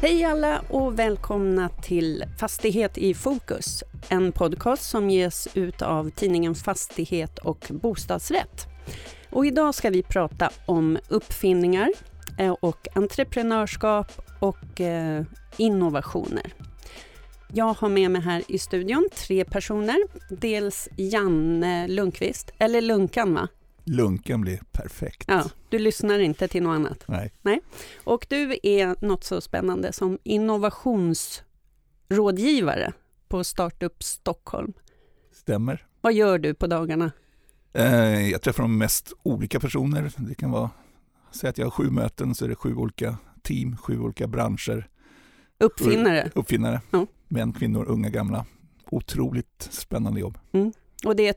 Hej alla och välkomna till Fastighet i fokus, en podcast som ges ut av tidningen Fastighet och bostadsrätt. Och idag ska vi prata om uppfinningar och entreprenörskap och innovationer. Jag har med mig här i studion 3 personer. Dels Janne Lundqvist, eller Lunkan va? Lunkan blir perfekt. Ja, du lyssnar inte till något annat. Nej. Och du är något så spännande som innovationsrådgivare på Startup Stockholm. Stämmer. Vad gör du på dagarna? Jag träffar de mest olika personer. Det kan vara, säg att jag har 7 möten så är det 7 olika team, 7 olika branscher. Uppfinnare. Ja. Män, kvinnor, unga, gamla. Otroligt spännande jobb. Mm. Och det är ett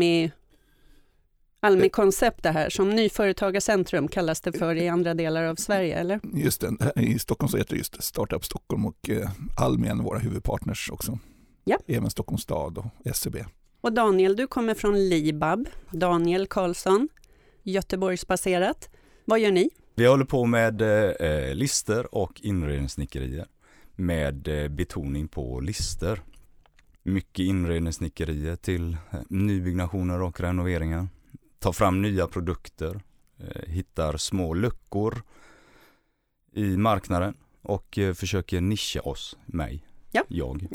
Almi-koncept det här, som Nyföretagarcentrum kallas det för i andra delar av Sverige, eller? Just det, i Stockholm så heter det just Startup Stockholm och Almi är en av våra huvudpartners också. Ja. Även Stockholms stad och SCB. Och Daniel, du kommer från Libab, Daniel Karlsson, Göteborgsbaserat. Vad gör ni? Vi håller på med lister och inredningssnickerier med betoning på lister. Mycket inredningssnickerier till nybyggnationer och renoveringar. Ta fram nya produkter, hittar små luckor i marknaden och försöker nischa oss, jag.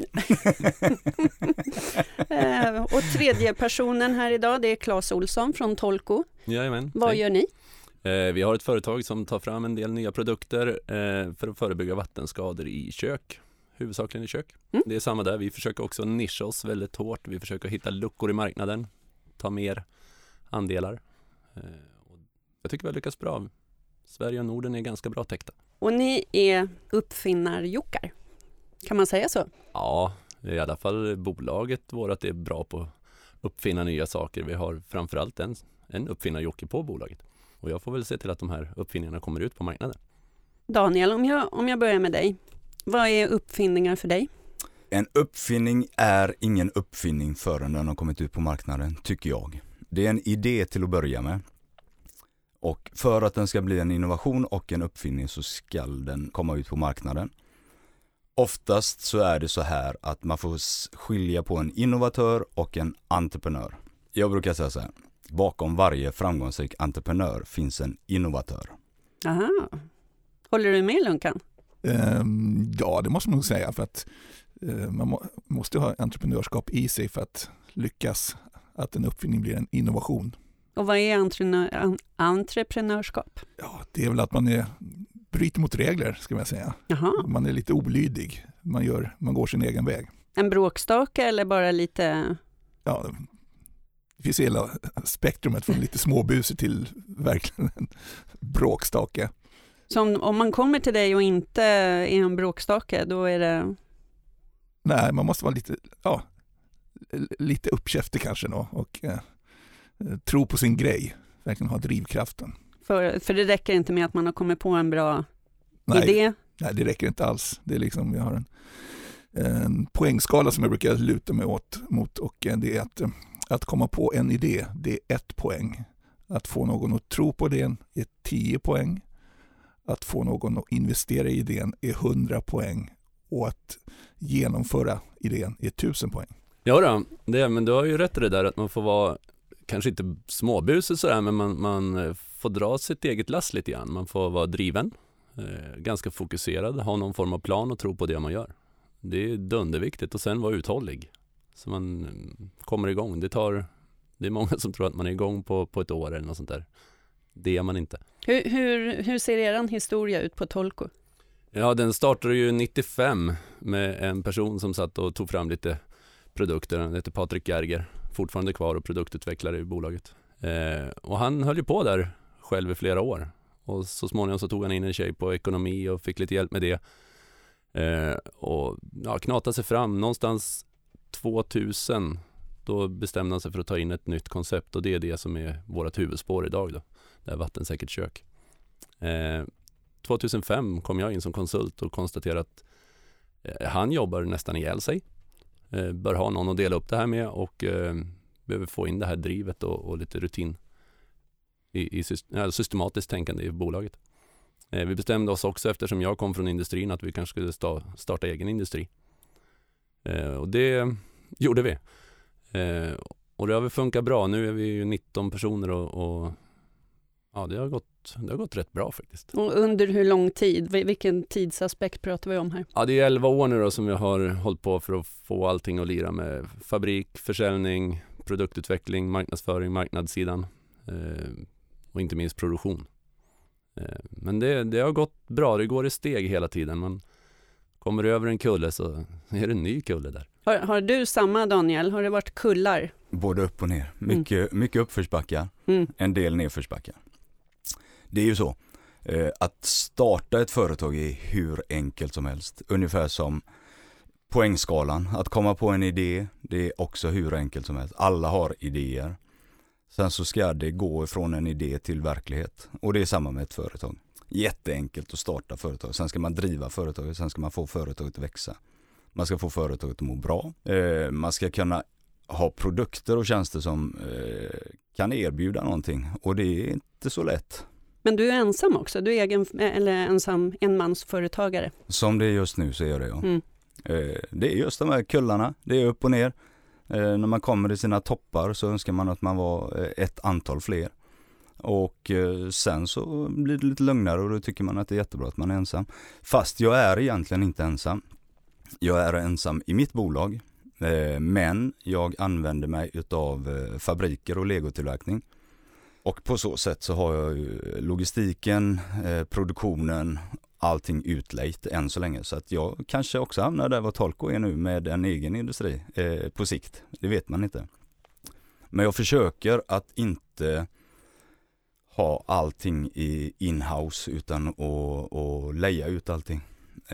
Och tredje personen här idag, det är Claes Olsson från Tolko. Jajamän. Vad gör ni? Vi har ett företag som tar fram en del nya produkter för att förebygga vattenskador i kök. Huvudsakligen i kök. Mm. Det är samma där. Vi försöker också nischa oss väldigt hårt. Vi försöker hitta luckor i marknaden. Ta mer andelar. Jag tycker vi har lyckats bra. Sverige och Norden är ganska bra täckta. Och ni är uppfinnarjockar. Kan man säga så? Ja, i alla fall bolaget vårat är bra på att uppfinna nya saker. Vi har framförallt en uppfinnarjocke på bolaget. Och jag får väl se till att de här uppfinningarna kommer ut på marknaden. Daniel, om jag börjar med dig. Vad är uppfinningar för dig? En uppfinning är ingen uppfinning förrän den har kommit ut på marknaden, tycker jag. Det är en idé till att börja med. Och för att den ska bli en innovation och en uppfinning så ska den komma ut på marknaden. Oftast så är det så här att man får skilja på en innovatör och en entreprenör. Jag brukar säga så här, bakom varje framgångsrik entreprenör finns en innovatör. Aha. Håller du med Lunkan? Ja, det måste man nog säga, för att man måste ha entreprenörskap i sig för att lyckas att en uppfinning blir en innovation. Och vad är entreprenörskap? Ja, det är väl att man bryter mot regler, ska man säga. Jaha. Man är lite olydig. Man går sin egen väg. En bråkstake eller bara lite... Ja, det finns hela spektrumet från lite småbusig till verkligen en bråkstake. Så om man kommer till dig och inte är en bråkstake, då är det... Nej, man måste vara lite uppkäftig kanske då, och tro på sin grej. Verkligen ha drivkraften. För det räcker inte med att man har kommit på en bra idé? Nej, det räcker inte alls. Det är liksom, jag har en poängskala som jag brukar luta mig mot, och det är att komma på en idé, det är 1 poäng. Att få någon att tro på idén är 10 poäng. Att få någon att investera i idén är 100 poäng. Och att genomföra idén är 1000 poäng. Ja då, men du har ju rätt i det där att man får vara, kanske inte småbusig sådär, men man får dra sitt eget lass lite grann. Man får vara driven, ganska fokuserad, ha någon form av plan och tro på det man gör. Det är dunderviktigt, och sen vara uthållig. Så man kommer igång. Det är många som tror att man är igång på ett år eller något sånt där. Det är man inte. Hur ser er historia ut på Tolko? Ja, den startade ju 95 med en person som satt och tog fram lite produkter. Han heter Patrik Gerger, fortfarande kvar och produktutvecklare i bolaget. Och han höll ju på där själv i flera år. Och så småningom så tog han in en tjej på ekonomi och fick lite hjälp med det. Och knatade sig fram. Någonstans 2000 då bestämde han sig för att ta in ett nytt koncept, och det är det som är vårt huvudspår idag då. Det är vattensäkert kök. 2005 kom jag in som konsult och konstaterade att han jobbar nästan ihjäl sig. Bör ha någon att dela upp det här med, och behöver få in det här drivet och lite rutin i systematiskt tänkande i bolaget. Vi bestämde oss också, eftersom jag kom från industrin, att vi kanske skulle starta egen industri. Och det gjorde vi. Och det har väl funkat bra. Nu är vi ju 19 personer och ja, det har gått rätt bra faktiskt. Och under hur lång tid? Vilken tidsaspekt pratar vi om här? Ja, det är 11 år nu då som jag har hållit på för att få allting att lira med fabrik, försäljning, produktutveckling, marknadsföring, marknadssidan och inte minst produktion. Men det har gått bra, det går i steg hela tiden. Man kommer över en kulle så är det en ny kulle där. Har du samma, Daniel? Har det varit kullar? Både upp och ner. Mycket uppförsbackar, en del nedförsbackar. Det är ju så. Att starta ett företag är hur enkelt som helst. Ungefär som poängskalan. Att komma på en idé, det är också hur enkelt som helst. Alla har idéer. Sen så ska det gå från en idé till verklighet. Och det är samma med ett företag. Jätteenkelt att starta företag. Sen ska man driva företaget. Sen ska man få företaget att växa. Man ska få företaget att må bra. Man ska kunna ha produkter och tjänster som kan erbjuda någonting. Och det är inte så lätt. Men du är ensam också? Du är ensam enmansföretagare? Som det är just nu så är det, ja. Det är just de här kullarna. Det är upp och ner. När man kommer i sina toppar så önskar man att man var ett antal fler. Och sen så blir det lite lugnare och då tycker man att det är jättebra att man är ensam. Fast jag är egentligen inte ensam. Jag är ensam i mitt bolag. Men jag använder mig utav fabriker och legotillverkning. Och på så sätt så har jag ju logistiken, produktionen, allting utlejt än så länge. Så att jag kanske också hamnar där vad Talco är nu med en egen industri på sikt. Det vet man inte. Men jag försöker att inte ha allting i in-house utan att leja ut allting.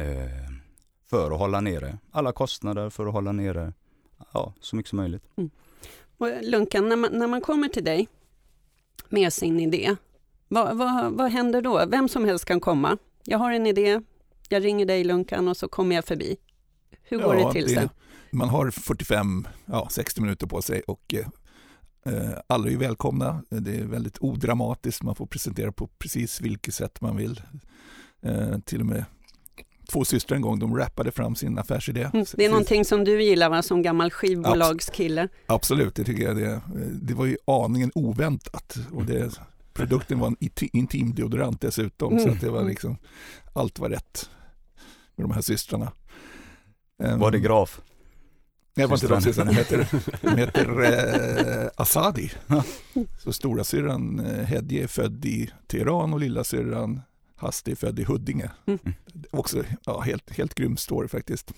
För att hålla nere alla kostnader, för att hålla nere så mycket som möjligt. Och Lunkan, när man kommer till dig med sin idé, vad händer då? Vem som helst kan komma. Jag har en idé, jag ringer dig Lunkan och så kommer jag förbi. Hur går det till sen? Man har 45-60 minuter på sig och alla är välkomna. Det är väldigt odramatiskt, man får presentera på precis vilket sätt man vill. Till och med 2 systrar en gång, de rappade fram sin affärsidé. Det är någonting som du gillar, va, som gammal skivbolagskille? Absolut, det tycker jag. Det var ju aningen oväntat. Och produkten var en intim deodorant dessutom. Så att det var liksom, allt var rätt med de här systrarna. Var det Graf? Jag var inte de systrarna, de heter Asadi. Så stora syrran Hedje är född i Teheran och lilla syrran Hasti är född i Huddinge. Också helt grym story faktiskt.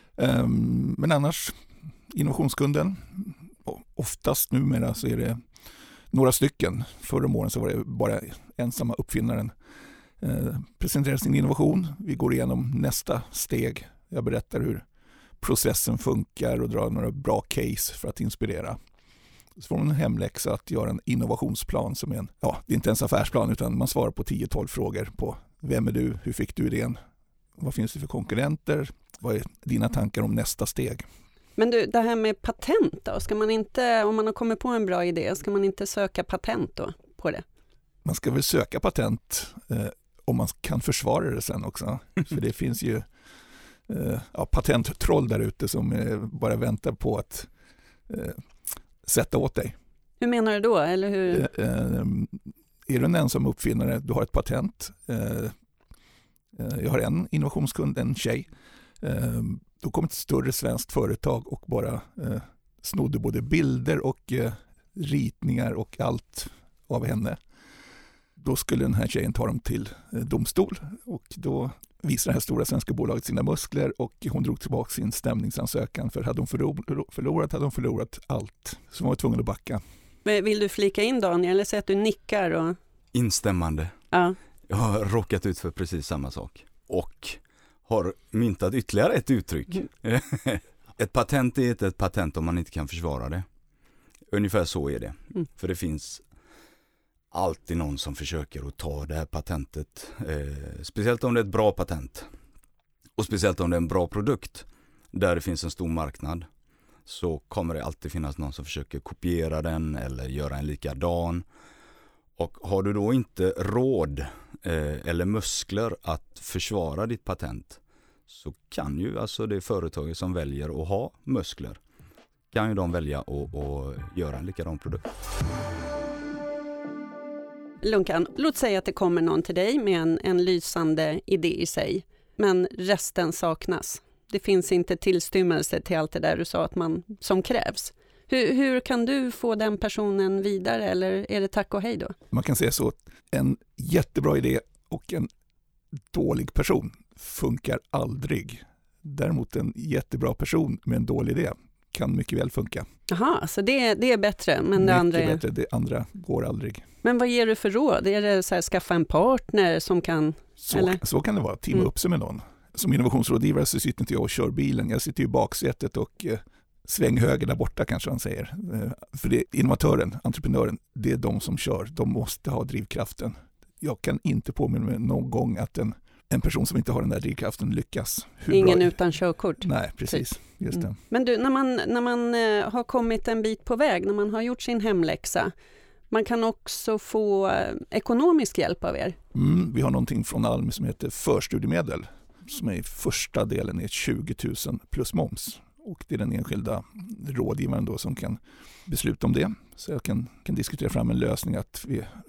Men annars, innovationskunden, oftast numera så är det några stycken. Förra om åren så var det bara ensamma uppfinnaren. Presenterar sin innovation, vi går igenom nästa steg. Jag berättar hur processen funkar och drar några bra case för att inspirera. Så får man en hemläxa att göra en innovationsplan som är det är inte ens affärsplan utan man svarar på 10-12 frågor på vem är du, hur fick du idén, vad finns det för konkurrenter, vad är dina tankar om nästa steg. Men du, det här med patent då, ska man inte, om man har kommit på en bra idé, ska man inte söka patent då på det? Man ska väl söka patent om man kan försvara det sen också, för det finns ju patenttroll där ute som bara väntar på att sätta åt dig. Hur menar du då? Eller hur? Är du en ensam uppfinnare, du har ett patent. Jag har en innovationskund, en tjej. Då kom ett större svenskt företag och bara snodde både bilder och ritningar och allt av henne. Då skulle den här tjejen ta dem till domstol och då visade det här stora svenska bolaget sina muskler och hon drog tillbaka sin stämningsansökan för hade hon förlorat allt. Så hon var tvungen att backa. Vill du flika in Daniel eller säga att du nickar? Och... Instämmande. Ja. Jag har råkat ut för precis samma sak och har myntat ytterligare ett uttryck. Ett patent är inte ett patent om man inte kan försvara det. Ungefär så är det. För det finns alltid någon som försöker att ta det här patentet. Speciellt om det är ett bra patent. Och speciellt om det är en bra produkt där det finns en stor marknad. Så kommer det alltid finnas någon som försöker kopiera den eller göra en likadan. Och har du då inte råd eller muskler att försvara ditt patent, så kan ju alltså det företaget som väljer att ha muskler, kan ju de välja att göra en likadan produkt. Lunkan, låt säga att det kommer någon till dig med en lysande idé i sig, men resten saknas. Det finns inte tillstymmelse till allt det där du sa att som krävs. Hur kan du få den personen vidare, eller är det tack och hej då? Man kan säga så att en jättebra idé och en dålig person funkar aldrig. Däremot en jättebra person med en dålig idé kan mycket väl funka. Jaha, så det är bättre, men det andra är... bättre, det andra går aldrig. Men vad ger du för råd? Är det så här, skaffa en partner som kan... Så kan det vara, teama upp sig med någon. Som innovationsrådgivare så sitter inte jag och kör bilen. Jag sitter i baksätet och sväng höger där borta, kanske han säger. För det är innovatören, entreprenören, det är de som kör. De måste ha drivkraften. Jag kan inte påminna mig någon gång att en person som inte har den där drivkraften lyckas. Ingen utan körkort. Nej, precis. Just det. Men du, när man har kommit en bit på väg, när man har gjort sin hemläxa, man kan också få ekonomisk hjälp av er. Vi har någonting från Almi som heter förstudiemedel, som är i första delen är 20 000 plus moms. Och det är den enskilda rådgivaren då som kan besluta om det. Så jag kan diskutera fram en lösning att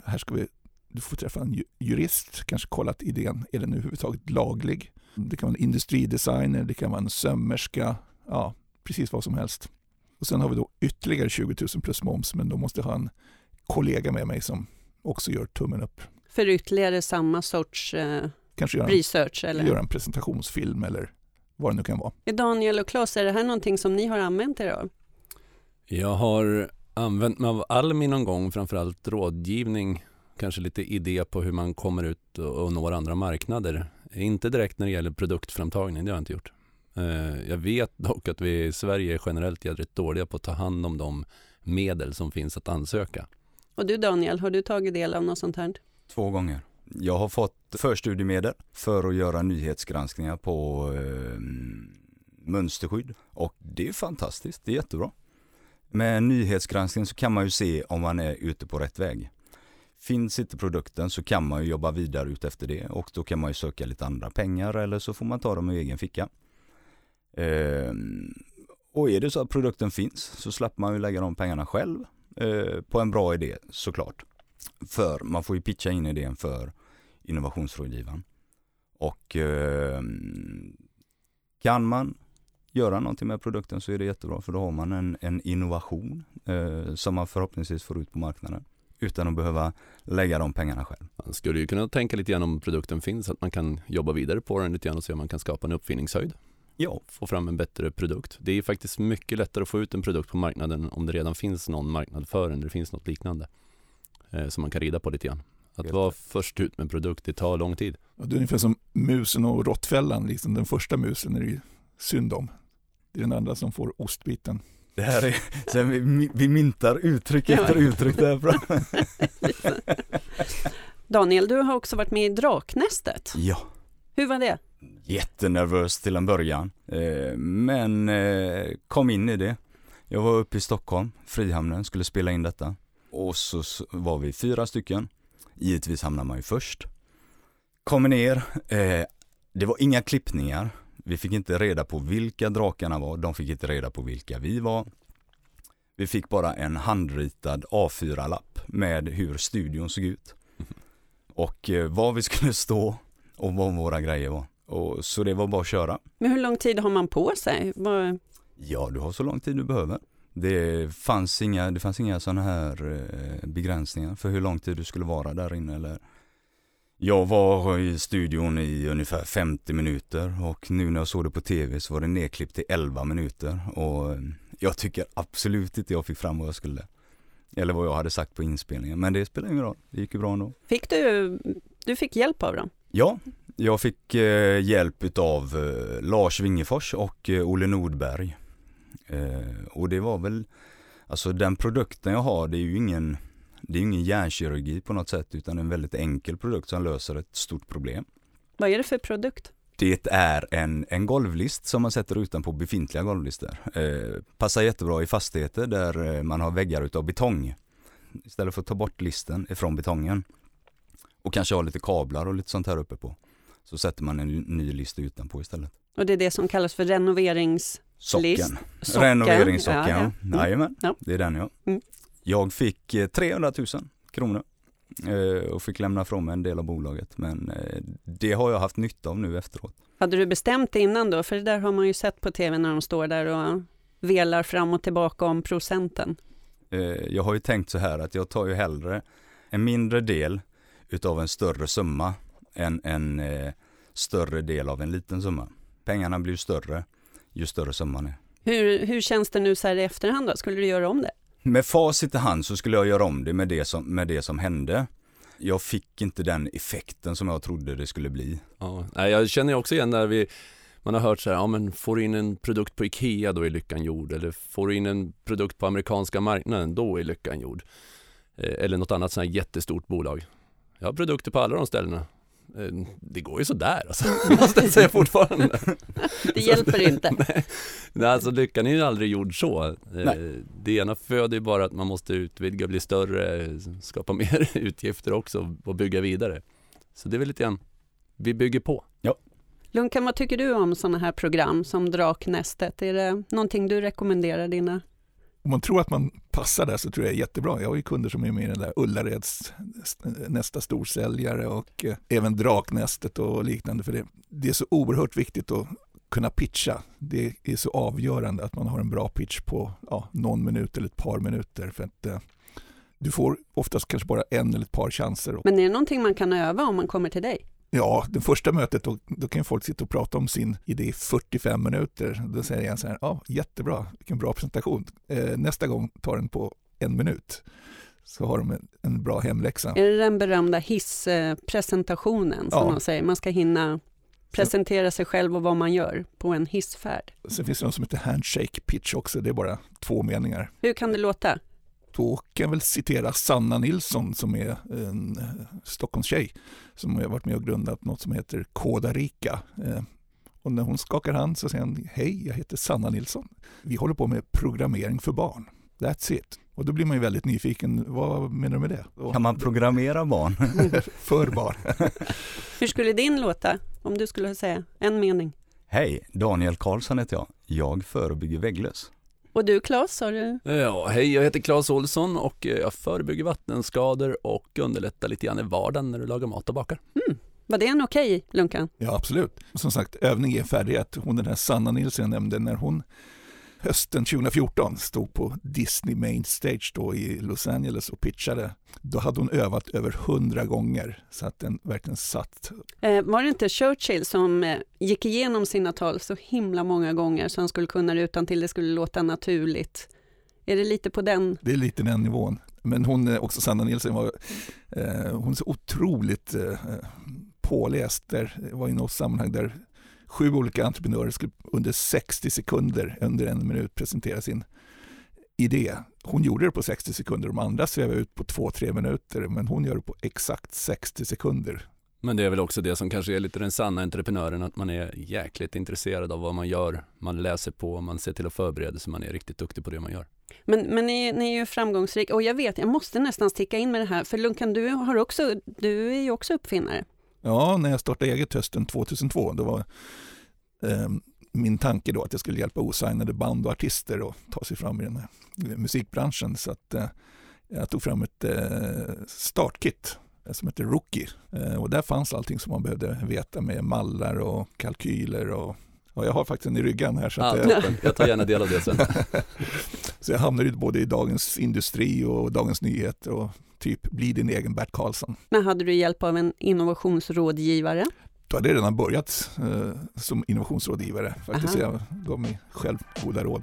du får träffa en jurist, kanske kolla att idén, är den överhuvudtaget laglig? Det kan vara en industridesigner, det kan vara en sömmerska, ja, precis vad som helst. Och sen har vi då ytterligare 20 000 plus moms, men då måste jag ha en kollega med mig som också gör tummen upp. För ytterligare samma sorts research? Eller? Göra en presentationsfilm eller vad det nu kan vara. Daniel och Claes, är det här någonting som ni har använt er av? Jag har använt mig av Almi någon gång, framförallt rådgivning, kanske lite idé på hur man kommer ut och når andra marknader. Inte direkt när det gäller produktframtagning, det har jag inte gjort. Jag vet dock att vi i Sverige är generellt rätt dåliga på att ta hand om de medel som finns att ansöka. Och du Daniel, har du tagit del av något sånt här? 2 gånger. Jag har fått förstudiemedel för att göra nyhetsgranskningar på mönsterskydd. Och det är fantastiskt, det är jättebra. Med nyhetsgranskning så kan man ju se om man är ute på rätt väg. Finns inte produkten så kan man ju jobba vidare ut efter det. Och då kan man ju söka lite andra pengar eller så får man ta dem i egen ficka. Och är det så att produkten finns så slappar man ju lägga de pengarna själv på en bra idé såklart. För man får ju pitcha in idén för innovationsrådgivaren. Och kan man göra någonting med produkten så är det jättebra, för då har man en innovation som man förhoppningsvis får ut på marknaden utan att behöva lägga de pengarna själv. Man skulle ju kunna tänka lite grann om produkten finns, att man kan jobba vidare på den lite grann och se om man kan skapa en uppfinningshöjd. Ja. Få fram en bättre produkt. Det är faktiskt mycket lättare att få ut en produkt på marknaden om det redan finns någon marknad för den, det finns något liknande som man kan rida på lite grann. Att vara först ut med en produkt, det tar lång tid. Ja, det är ungefär som musen och råttfällan. Liksom den första musen är det ju synd om. Det är den andra som får ostbiten. Det här är, sen vi myntar uttryck efter uttryck där. Daniel, du har också varit med i Draknästet. Ja. Hur var det? Jättenervös till en början. Men kom in i det. Jag var uppe i Stockholm, Frihamnen, skulle spela in detta. Och så var vi 4 stycken. Givetvis hamnar man ju först. Kommer ner. Det var inga klippningar. Vi fick inte reda på vilka drakarna var. De fick inte reda på vilka vi var. Vi fick bara en handritad A4-lapp med hur studion såg ut. Och var vi skulle stå och vad våra grejer var. Och så det var bara att köra. Men hur lång tid har man på sig? Ja, du har så lång tid du behöver. Det fanns inga sådana här begränsningar för hur lång tid du skulle vara där inne. Eller... Jag var i studion i ungefär 50 minuter och nu när jag såg det på tv så var det nedklippt till 11 minuter. Och jag tycker absolut inte jag fick fram vad jag skulle. Eller vad jag hade sagt på inspelningen. Men det spelar ingen roll, det gick ju bra ändå. Du fick hjälp av dem? Ja, jag fick hjälp av Lars Wingefors och Olle Nordberg. Och det var väl, alltså den produkten jag har, det är ju ingen hjärnkirurgi på något sätt, utan en väldigt enkel produkt som löser ett stort problem. Vad är det för produkt? Det är en golvlist som man sätter utanpå befintliga golvlister. Passar jättebra i fastigheter där man har väggar utav betong. istället för att ta bort listen ifrån betongen och kanske ha lite kablar och lite sånt här uppe på, så sätter man en ny list utanpå istället. Och det är det som kallas för renoveringslist? Socken. Renoveringssocken, ja. Jajamän, Ja. Det är den, ja. Mm. Jag fick 300 000 kronor och fick lämna från mig en del av bolaget, men det har jag haft nytta av nu efteråt. Hade du bestämt innan då? För det där har man ju sett på tv när de står där och velar fram och tillbaka om procenten. Jag har ju tänkt så här att jag tar ju hellre en mindre del utav en större summa än en större del av en liten summa. Pengarna blir större ju större summan är. Hur känns det nu så här i efterhand då? Skulle du göra om det? Med facit i hand så skulle jag göra om det med det som hände. Jag fick inte den effekten som jag trodde det skulle bli. Ja, jag känner också igen där man har hört så här, ja men får du in en produkt på Ikea då är lyckan gjord, eller får du in en produkt på amerikanska marknaden då är lyckan gjord. Eller något annat sånt här jättestort bolag. Jag har produkter på alla de ställena. Det går ju så där alltså, måste jag säga fortfarande. Det hjälper inte. Nej, alltså lyckan är ju aldrig gjord så. Det ena föder ju bara att man måste utvidga, bli större, skapa mer utgifter också och bygga vidare. Så det är väl lite grann, vi bygger på. Ja. Lunkan, vad tycker du om sådana här program som Draknästet? Är det någonting du rekommenderar dina? Om man tror att man passar där så tror jag det är jättebra. Jag har ju kunder som är med i den där Ullareds nästa storsäljare och även Draknästet och liknande. För det är så oerhört viktigt att kunna pitcha. Det är så avgörande att man har en bra pitch på någon minut eller ett par minuter. För att du får oftast kanske bara en eller ett par chanser. Men är det någonting man kan öva om man kommer till dig? Ja, det första mötet då kan folk sitta och prata om sin idé i 45 minuter. Då säger jag så här, jättebra, vilken bra presentation. Nästa gång tar den på 1 minut. Så har de en bra hemläxa. Är det den berömda hisspresentationen som man säger? Man ska hinna presentera sig själv och vad man gör på en hissfärd. Sen finns det något som heter handshake pitch också. Det är bara 2 meningar. Hur kan det låta? Då kan jag väl citera Sanna Nilsson som är en Stockholmstjej som har varit med och grundat något som heter Kodarika. Och när hon skakar hand så säger hon, hej, jag heter Sanna Nilsson. Vi håller på med programmering för barn. That's it. Och då blir man ju väldigt nyfiken. Vad menar du med det? Kan man programmera barn? För barn. Hur skulle din låta om du skulle säga en mening? Hej, Daniel Karlsson heter jag. Jag förebygger vägglöss. Och du, Claes, har du? Ja, hej, jag heter Claes Olsson och jag förebygger vattenskador och underlättar lite grann i vardagen när du lagar mat och bakar. Var det en okej, Lunkan? Ja, absolut. Som sagt, övning är färdighet. Hon, den här Sanna Nilsson nämnde, när hon hösten 2014 stod på Disney Main Stage då i Los Angeles och pitchade. Då hade hon övat över 100 gånger så att den verkligen satt. Var det inte Churchill som gick igenom sina tal så himla många gånger så han skulle kunna det utan till det skulle låta naturligt? Är det lite på den? Det är lite den nivån. Men hon, också Sanna Nilsson, hon är så otroligt påläst. Det var i något sammanhang där 7 olika entreprenörer skulle under 60 sekunder, under 1 minut, presentera sin idé. Hon gjorde det på 60 sekunder, de andra svävade ut på 2-3 minuter, men hon gör det på exakt 60 sekunder. Men det är väl också det som kanske är lite den sanna entreprenören, att man är jäkligt intresserad av vad man gör. Man läser på, man ser till att förbereda sig, man är riktigt duktig på det man gör. Men ni är ju framgångsrika och jag måste nästan sticka in med det här, för Lunkan, du är ju också uppfinnare. Ja, när jag startade eget hösten 2002, då var min tanke då att jag skulle hjälpa osignade band och artister att ta sig fram i den här musikbranschen. Så att jag tog fram ett startkit som heter Rookie. Och där fanns allting som man behövde veta med mallar och kalkyler. Och jag har faktiskt en i ryggen här. Så jag tar gärna del av det sen. Så jag hamnade både i Dagens Industri och Dagens Nyheter och typ bli din egen Bert Karlsson. Men hade du hjälp av en innovationsrådgivare? Då hade jag redan börjat som innovationsrådgivare. Faktiskt jag gav mig själv goda råd.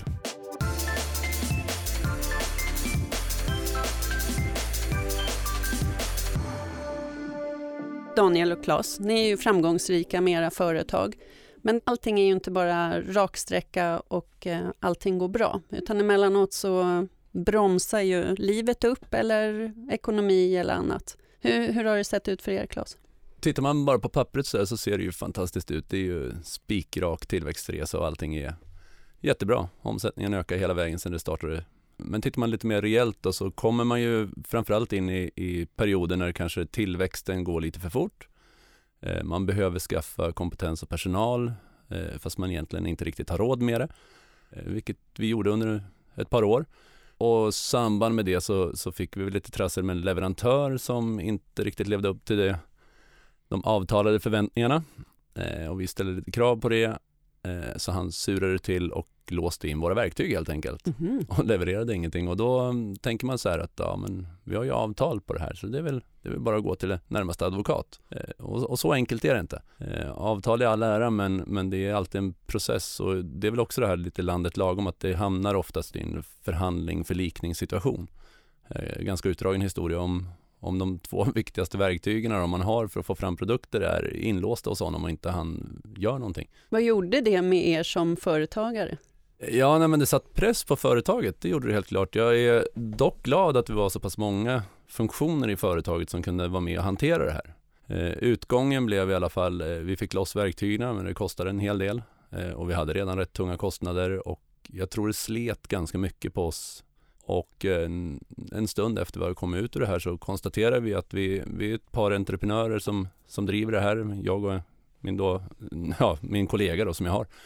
Daniel och Claes, ni är ju framgångsrika med era företag. Men allting är ju inte bara raksträcka och allting går bra. Utan emellanåt så bromsar ju livet upp eller ekonomi eller annat. Hur har det sett ut för er, Claes? Tittar man bara på pappret så ser det ju fantastiskt ut. Det är ju spikrak tillväxtresa och allting är jättebra. Omsättningen ökar hela vägen sedan det startade Men tittar man lite mer rejält då, så kommer man ju framförallt in i perioder när kanske tillväxten går lite för fort. Man behöver skaffa kompetens och personal fast man egentligen inte riktigt har råd med det. Vilket vi gjorde under ett par år. Och samband med det så fick vi lite trassel med en leverantör som inte riktigt levde upp till de avtalade förväntningarna. Och vi ställde lite krav på det. Så han surade till och låste in våra verktyg helt enkelt. Mm-hmm. Och levererade ingenting. Och då tänker man så här att men vi har ju avtal på det här. Så det är väl bara att gå till närmaste advokat. Och så enkelt är det inte. Avtal är all ära, men det är alltid en process. Och det är väl också det här lite landet lagom, att det hamnar oftast i en förlikningssituation. Ganska utdragen historia om de 2 viktigaste verktygen man har för att få fram produkter är inlåsta hos honom och inte han gör någonting. Vad gjorde det med er som företagare? Ja, men det satt press på företaget, det gjorde det helt klart. Jag är dock glad att vi var så pass många funktioner i företaget som kunde vara med och hantera det här. Utgången blev i alla fall, vi fick loss verktygen, men det kostade en hel del. Och vi hade redan rätt tunga kostnader och jag tror det slet ganska mycket på oss. Och en stund efter vi kom ut ur det här så konstaterade vi att vi är ett par entreprenörer som driver det här. Jag och min kollega då, som jag har.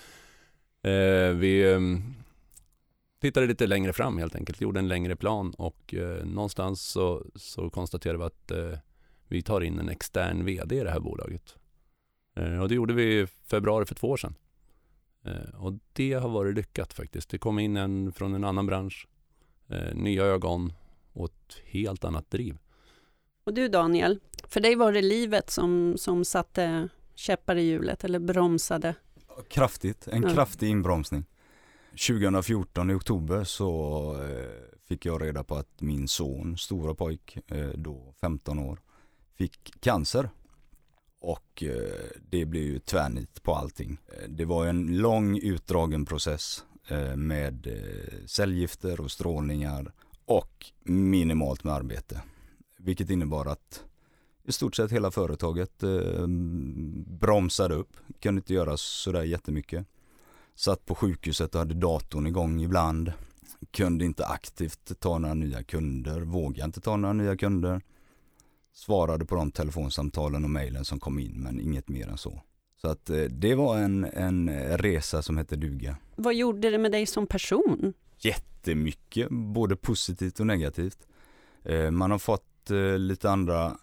Vi tittade lite längre fram helt enkelt, gjorde en längre plan och någonstans så konstaterade vi att vi tar in en extern vd i det här bolaget. Och det gjorde vi i februari för 2 år sedan. Och det har varit lyckat faktiskt. Det kom in en från en annan bransch. Nya ögon och ett helt annat driv. Och du Daniel, för dig var det livet som satte käppar i hjulet eller bromsade? Kraftigt, kraftig inbromsning. 2014 i oktober så fick jag reda på att min son, stora pojk, då 15 år, fick cancer. Och det blev ju tvärnit på allting. Det var en lång utdragen process med cellgifter och strålningar och minimalt med arbete. Vilket innebar att i stort sett hela företaget bromsade upp. Kunde inte göra sådär jättemycket. Satt på sjukhuset och hade datorn igång ibland. Kunde inte aktivt ta några nya kunder. Vågade inte ta några nya kunder. Svarade på de telefonsamtalen och mejlen som kom in, men inget mer än så. Så att det var en resa som hette duga. Vad gjorde det med dig som person? Jättemycket, både positivt och negativt. Man har fått lite andra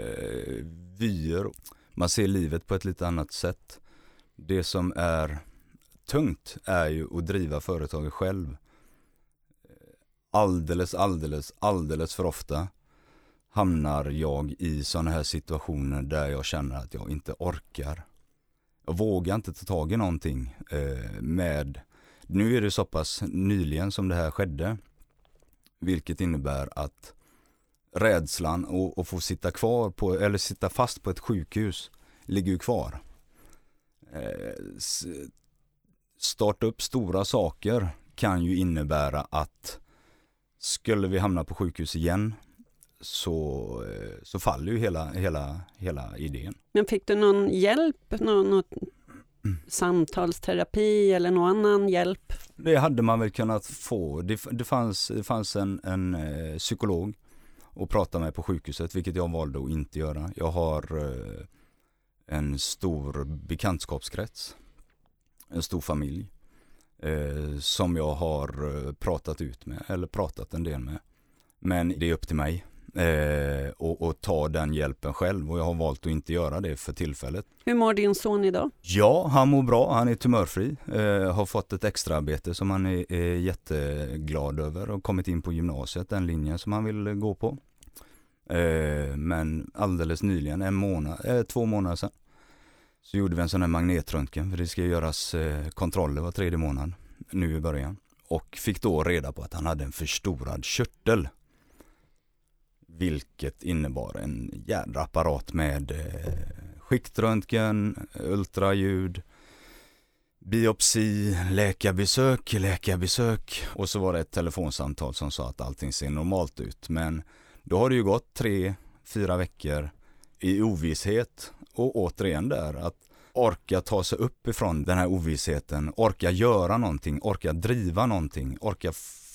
vyer. Man ser livet på ett lite annat sätt. Det som är tungt är ju att driva företaget själv. Alldeles för ofta hamnar jag i sådana här situationer där jag känner att jag inte orkar. Jag vågar inte ta tag i någonting nu är det så pass nyligen som det här skedde. Vilket innebär att rädslan att få sitta kvar eller sitta fast på ett sjukhus ligger ju kvar. Starta upp stora saker kan ju innebära att skulle vi hamna på sjukhus igen så faller ju hela idén. Men fick du någon hjälp? Någon samtalsterapi eller någon annan hjälp? Det hade man väl kunnat få. Det fanns en psykolog att prata med på sjukhuset, vilket jag valde att inte göra. Jag har en stor bekantskapskrets, en stor familj som jag har pratat en del med. Men det är upp till mig och ta den hjälpen själv, och jag har valt att inte göra det för tillfället. Hur mår din son idag? Ja, han mår bra, han är tumörfri, har fått ett extra arbete som han är jätteglad över och kommit in på gymnasiet, den linjen som han vill gå på. Men alldeles nyligen, 2 månader sedan, så gjorde vi en sån här magnetröntgen, för det ska göras kontroller var 3:e månad nu i början, och fick då reda på att han hade en förstorad körtel. Vilket innebar en jädra apparat med skiktröntgen, ultraljud, biopsi, läkarbesök. Och så var det ett telefonsamtal som sa att allting ser normalt ut. Men då har det ju gått 3-4 veckor i ovisshet. Och återigen där, att orka ta sig upp ifrån den här ovissheten, orka göra någonting, orka driva någonting, orka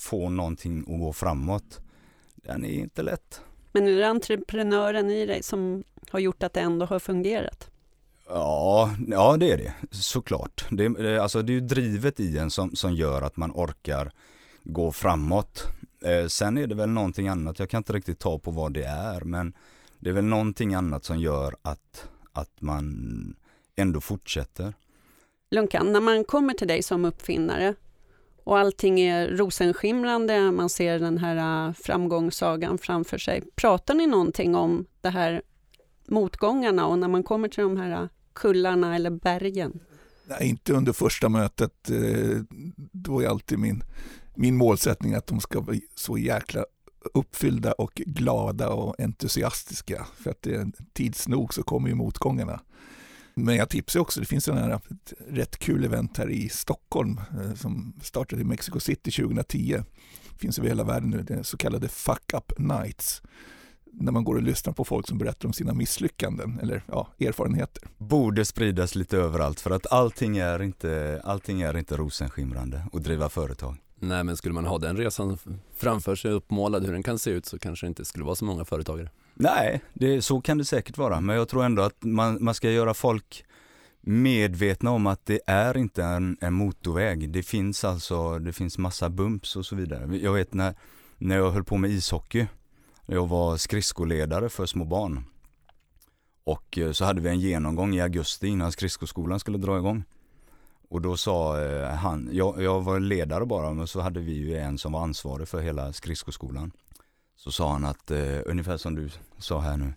få någonting att gå framåt, den är inte lätt. Men är det entreprenören i dig som har gjort att det ändå har fungerat? Ja, det är det. Såklart. Det är ju drivet i en som gör att man orkar gå framåt. Sen är det väl någonting annat. Jag kan inte riktigt ta på vad det är. Men det är väl någonting annat som gör att man ändå fortsätter. Lunkan, när man kommer till dig som uppfinnare och allting är rosenskimrande, man ser den här framgångssagan framför sig. Pratar ni någonting om det här motgångarna och när man kommer till de här kullarna eller bergen? Nej, inte under första mötet. Då är alltid min målsättning att de ska bli så jäkla uppfyllda och glada och entusiastiska. För att tids nog så kommer ju motgångarna. Men jag tipsar också, det finns ett rätt kul event här i Stockholm som startade i Mexico City 2010. Det finns över hela världen nu, det så kallade Fuck Up Nights. När man går och lyssnar på folk som berättar om sina misslyckanden eller erfarenheter. Borde spridas lite överallt för att allting är inte rosenskimrande och driva företag. Nej, men skulle man ha den resan framför sig uppmålad hur den kan se ut så kanske det inte skulle vara så många företagare. Nej, så kan det säkert vara. Men jag tror ändå att man ska göra folk medvetna om att det är inte en motorväg. Det finns massa bumps och så vidare. Jag vet när jag höll på med ishockey. Jag var skridskoledare för små barn. Och så hade vi en genomgång i augusti innan skridskoskolan skulle dra igång. Och då sa han, jag var ledare bara, men så hade vi ju en som var ansvarig för hela skridskoskolan. Så sa han att, ungefär som du sa här nu,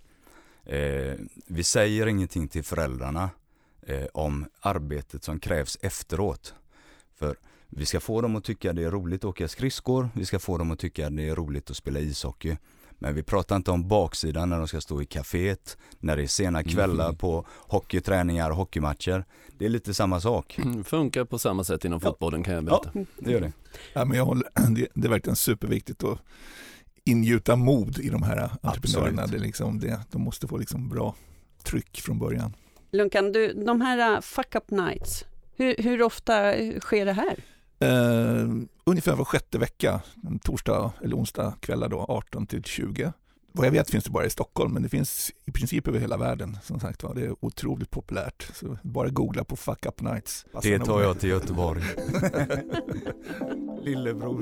vi säger ingenting till föräldrarna om arbetet som krävs efteråt. För vi ska få dem att tycka det är roligt att åka skridskor, vi ska få dem att tycka det är roligt att spela ishockey. Men vi pratar inte om baksidan när de ska stå i kaféet, när det är sena kvällar på hockeyträningar och hockeymatcher. Det är lite samma sak. Funkar på samma sätt inom fotbollen kan jag berätta. Ja, det gör det. Ja, men det är verkligen superviktigt att ingjuta mod i de här entreprenörerna. De måste få bra tryck från början. Lunkan, de här Fuck Up Nights, hur ofta sker det här? Ungefär var 6:e vecka, torsdag eller onsdag kvällar då, 18-20. Vad jag vet finns det bara i Stockholm, men det finns i princip över hela världen. Som sagt, det är otroligt populärt. Så bara googla på Fuck Up Nights. Det tar jag till Göteborg. Lillebror.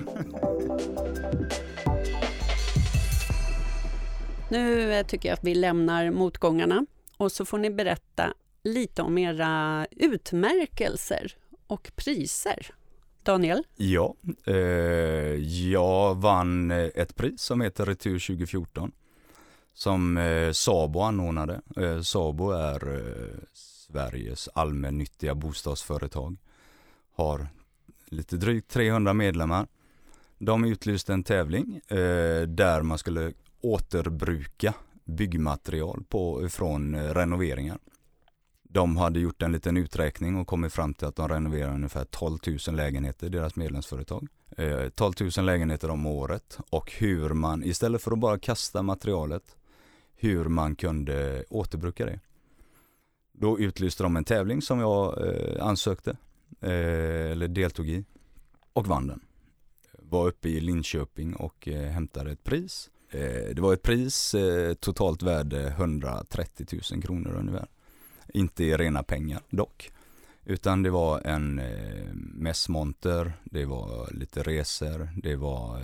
Nu tycker jag att vi lämnar motgångarna och så får ni berätta lite om era utmärkelser och priser. Daniel? Ja, jag vann ett pris som heter Retur 2014 som Sabo anordnade. Sabo är Sveriges allmännyttiga bostadsföretag. Har lite drygt 300 medlemmar. De utlyste en tävling där man skulle återbruka byggmaterial från renoveringar. De hade gjort en liten uträkning och kommit fram till att de renoverar ungefär 12 000 lägenheter i deras medlemsföretag. 12 000 lägenheter om året och hur man, istället för att bara kasta materialet, hur man kunde återbruka det. Då utlyste de en tävling som jag ansökte eller deltog i och vann den. Var uppe i Linköping och hämtade ett pris. Det var ett pris totalt värde 130 000 kronor ungefär. Inte i rena pengar dock. Utan det var en mässmonter, det var lite resor, det var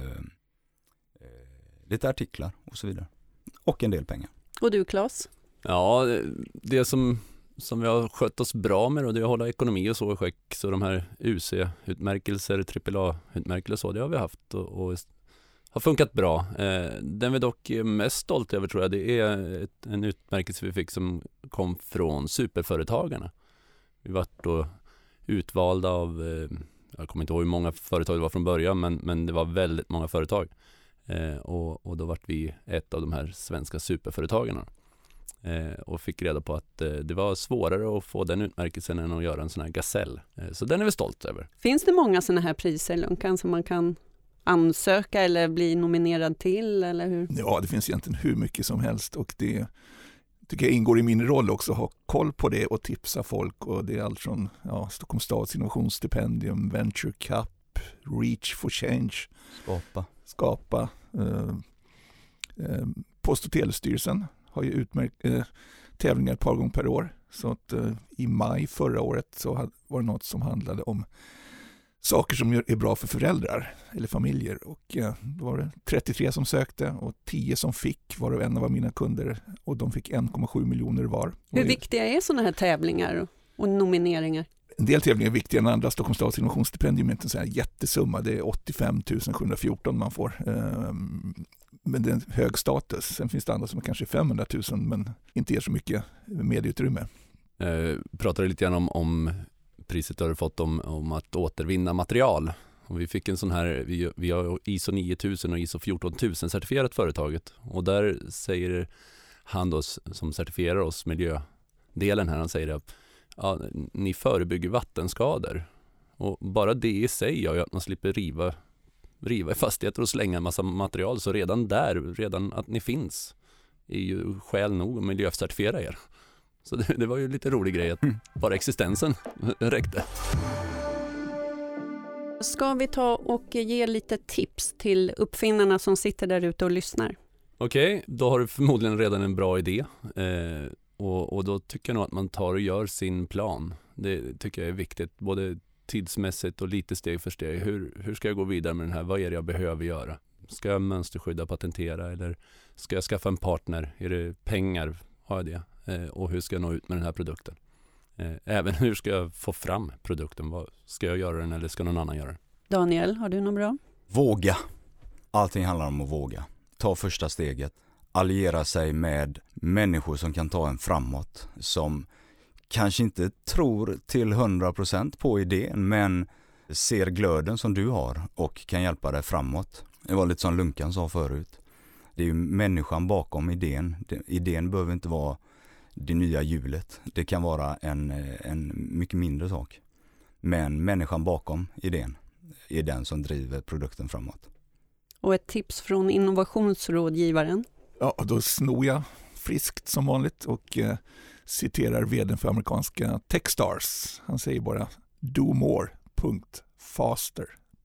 lite artiklar och så vidare. Och en del pengar. Och du, Claes? Ja, det som vi har skött oss bra med och det är att hålla ekonomi och så i skick. Så de här UC-utmärkelser, AAA-utmärkelser så, det har vi haft och har funkat bra. Den vi dock är mest stolt över tror jag, det är en utmärkelse vi fick som kom från superföretagarna. Vi var då utvalda av, jag kommer inte ihåg hur många företag det var från början, men det var väldigt många företag. Och då var vi ett av de här svenska superföretagarna. Och fick reda på att det var svårare att få den utmärkelsen än att göra en sån här gasell. Så den är vi stolt över. Finns det många såna här priser, Lunkan, som man kan ansöka eller bli nominerad till, eller hur? Ja, det finns egentligen hur mycket som helst och det tycker jag ingår i min roll också att ha koll på det och tipsa folk och det är allt från Stockholms stads innovationsstipendium, Venture Cup, Reach for Change. Skapa. Post- och telestyrelsen har ju utmärkt tävlingar ett par gånger per år. Så att i maj förra året så var det något som handlade om saker som är bra för föräldrar eller familjer. Och då var det 33 som sökte och 10 som fick, varav en av mina kunder, och de fick 1,7 miljoner var. Hur viktiga är sådana här tävlingar och nomineringar? En del tävlingar är viktigare än andra. Stockholms stads innovationsstipendium är inte en sån här jättesumma. Det är 85 714 man får. Men det är en hög status. Sen finns det andra som är kanske 500 000 men inte ger så mycket medieutrymme. Pratade lite grann om priset du har fått om att återvinna material. Och vi fick en sån här, vi har ISO 9000 och ISO 14000 certifierat företaget. Och där säger han då, som certifierar oss miljödelen här, han säger att ni förebygger vattenskador. Och bara det i sig gör ju att man slipper riva i fastigheter och slänga en massa material. Så redan att ni finns är ju skäl nog att miljöcertifiera er. Så det var ju lite rolig grej att bara existensen räckte. Ska vi ta och ge lite tips till uppfinnarna som sitter där ute och lyssnar? Okej, då har du förmodligen redan en bra idé. Och då tycker jag nog att man tar och gör sin plan. Det tycker jag är viktigt, både tidsmässigt och lite steg för steg. Hur ska jag gå vidare med den här? Vad är det jag behöver göra? Ska jag mönsterskydda, patentera eller ska jag skaffa en partner? Är det pengar? Har jag det? Och hur ska jag nå ut med den här produkten? Även hur ska jag få fram produkten? Ska jag göra den eller ska någon annan göra den? Daniel, har du något bra? Våga. Allting handlar om att våga. Ta första steget. Alliera sig med människor som kan ta en framåt. Som kanske inte tror till 100% på idén men ser glöden som du har och kan hjälpa dig framåt. Det var lite som Lunkan sa förut. Det är ju människan bakom idén. Idén behöver inte vara det nya hjulet. Det kan vara en mycket mindre sak. Men människan bakom idén är den som driver produkten framåt. Och ett tips från innovationsrådgivaren? Ja, då snor jag friskt som vanligt och citerar vdn för amerikanska Techstars. Han säger bara do more, faster.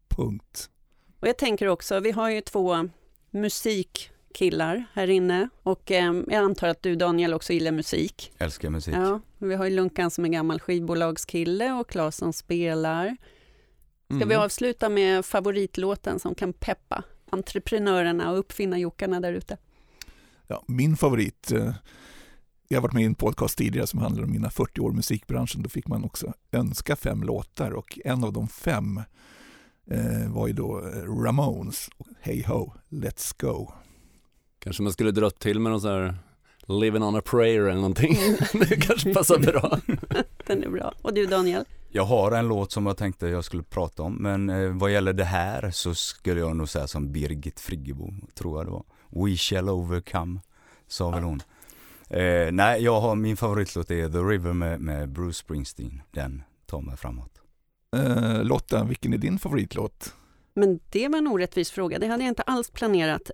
Och jag tänker också, vi har ju 2 musikkillar här inne och jag antar att du, Daniel, också gillar musik. Älskar musik. Ja, vi har ju Lunkan som är gammal skivbolagskille och Claes som spelar. Ska vi avsluta med favoritlåten som kan peppa entreprenörerna och uppfinnarjockarna där ute? Ja, min favorit, jag har varit med i en podcast tidigare som handlar om mina 40 år i musikbranschen. Då fick man också önska 5 låtar och en av de 5 var ju då Ramones och Hey Ho, Let's Go. Kanske man skulle dra till med någon sån här Living on a prayer eller någonting. Det kanske passar bra. Den är bra. Och du, Daniel? Jag har en låt som jag tänkte jag skulle prata om, men vad gäller det här så skulle jag nog säga som Birgit Friggebo, tror jag det var. We shall overcome, sa väl hon. Nej, jag har min favoritlåt är The River med Bruce Springsteen. Den tar mig framåt. Lotta, vilken är din favoritlåt? Men det var en orättvis fråga. Det hade jag inte alls planerat.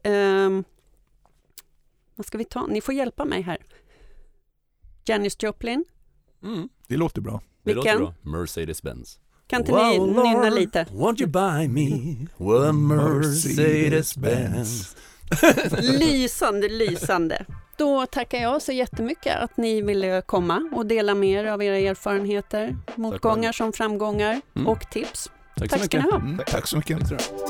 Vad ska vi ta? Ni får hjälpa mig här. Janis Joplin. Det låter bra. Vilken? Mercedes-Benz. Kan inte ni nynna lite? Won't you buy me a Mercedes-Benz? Lysande. Då tackar jag så jättemycket att ni ville komma och dela med er av era erfarenheter, motgångar som framgångar och tips. Tack ska ni ha. Tack så mycket.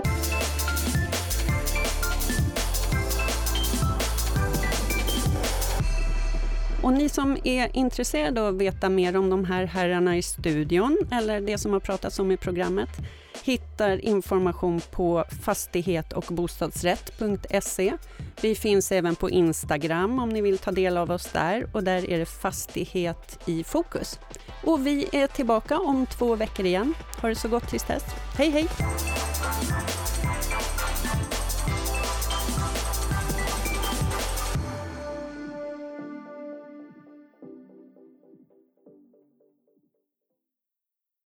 Och ni som är intresserade av att veta mer om de här herrarna i studion eller det som har pratats om i programmet hittar information på fastighet- och bostadsrätt.se. Vi finns även på Instagram om ni vill ta del av oss där och där är det Fastighet i fokus. Och vi är tillbaka om 2 veckor igen. Ha det så gott tills dess. Hej hej!